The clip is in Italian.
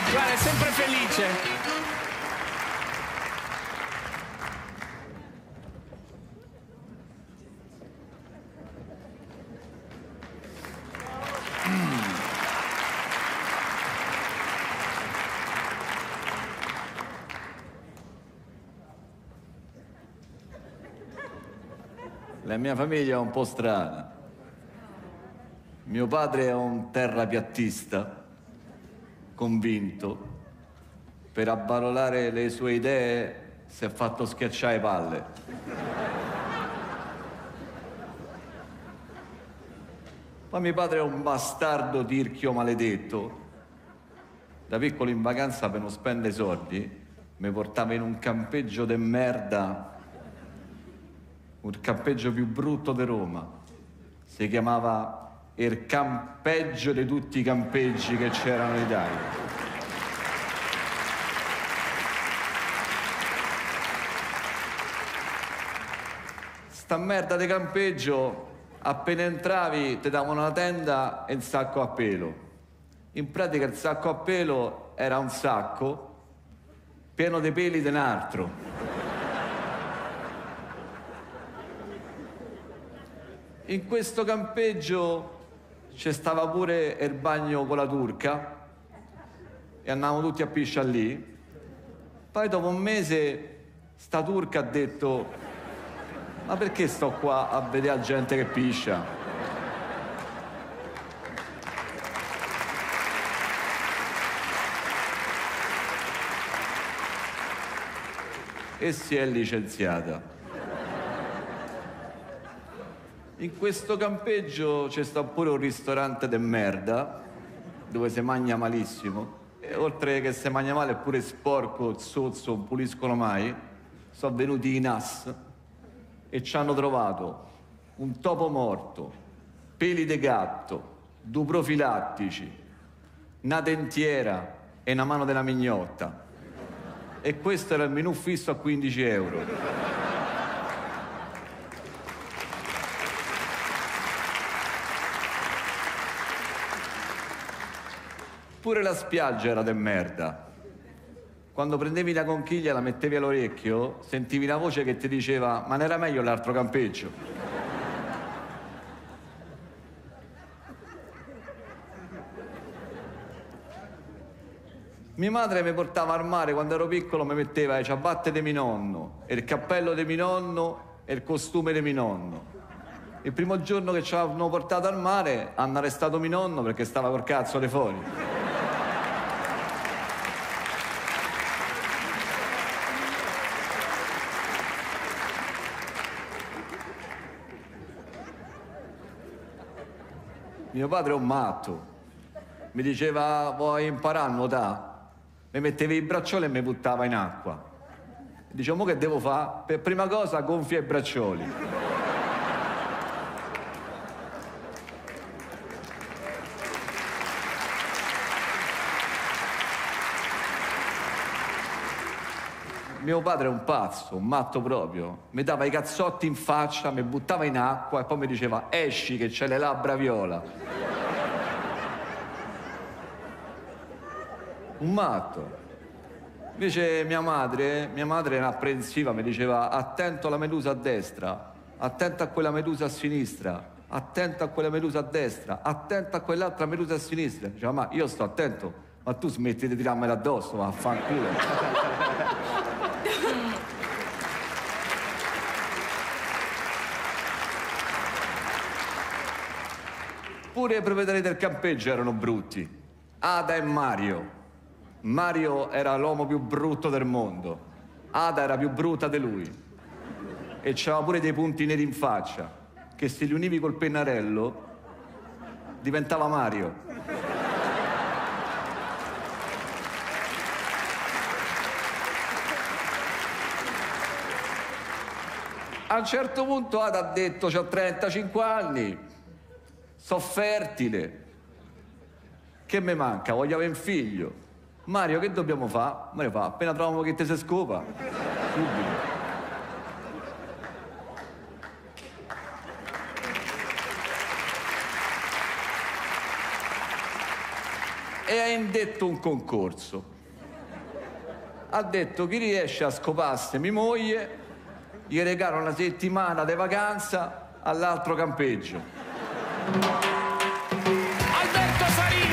Guarda, è sempre felice. La mia famiglia è un po' strana. Mio padre è un terrapiattista, convinto. Per abbarolare le sue idee si è fatto schiacciare palle. Poi mio padre è un bastardo tirchio maledetto. Da piccolo in vacanza per non spendere soldi mi portava in un campeggio de merda, un campeggio più brutto di Roma. Si chiamava il campeggio di tutti i campeggi che c'erano in Italia. Sta merda di campeggio, appena entravi ti davano una tenda e un sacco a pelo. In pratica il sacco a pelo era un sacco pieno di peli di un altro. In questo campeggio c'è stava pure il bagno con la turca e andavamo tutti a pisciare lì. Poi dopo un mese sta turca ha detto: ma perché sto qua a vedere la gente che piscia? E si è licenziata. In questo campeggio c'è sta pure un ristorante de merda dove si mangia malissimo e oltre che si mangia male è pure sporco, zozzo, non puliscono mai. Sono venuti i NAS e ci hanno trovato un topo morto, peli de gatto, due profilattici, una dentiera e una mano della mignotta. E questo era il menù fisso a 15 euro. Pure la spiaggia era de merda. Quando prendevi la conchiglia e la mettevi all'orecchio, sentivi una voce che ti diceva: ma n'era meglio l'altro campeggio. Mia madre mi portava al mare quando ero piccolo, mi metteva le ciabatte di mio nonno, il cappello di mio nonno e il costume di mio nonno. Il primo giorno che ci hanno portato al mare hanno arrestato mio nonno perché stava col cazzo di fuori. Mio padre è un matto. Mi diceva: vuoi imparare a nuotare? Mi metteva i braccioli e mi buttava in acqua. Dicevo: mo che devo fare? Per prima cosa gonfia i braccioli. Mio padre è un pazzo, un matto proprio. Mi dava i cazzotti in faccia, mi buttava in acqua e poi mi diceva: esci che c'è le labbra viola. Un matto. Invece mia madre era apprensiva, mi diceva: attento alla medusa a destra, attento a quella medusa a sinistra, attento a quella medusa a destra, attento a quell'altra medusa a sinistra. Diceva: ma io sto attento, ma tu smetti di tirarmela addosso, vaffanculo. Pure i proprietari del campeggio erano brutti. Ada e Mario. Mario era l'uomo più brutto del mondo. Ada era più brutta di lui. E c'aveva pure dei punti neri in faccia, che se li univi col pennarello diventava Mario. A un certo punto Ada ha detto: c'ho 35 anni, so fertile, che mi manca? Voglio avere un figlio. Mario, che dobbiamo fare? Mario fa: appena troviamo che te si scopa, subito. e ha indetto un concorso. Ha detto chi riesce a scopasse mia moglie gli regalo una settimana di vacanza all'altro campeggio. Alberto Sarini!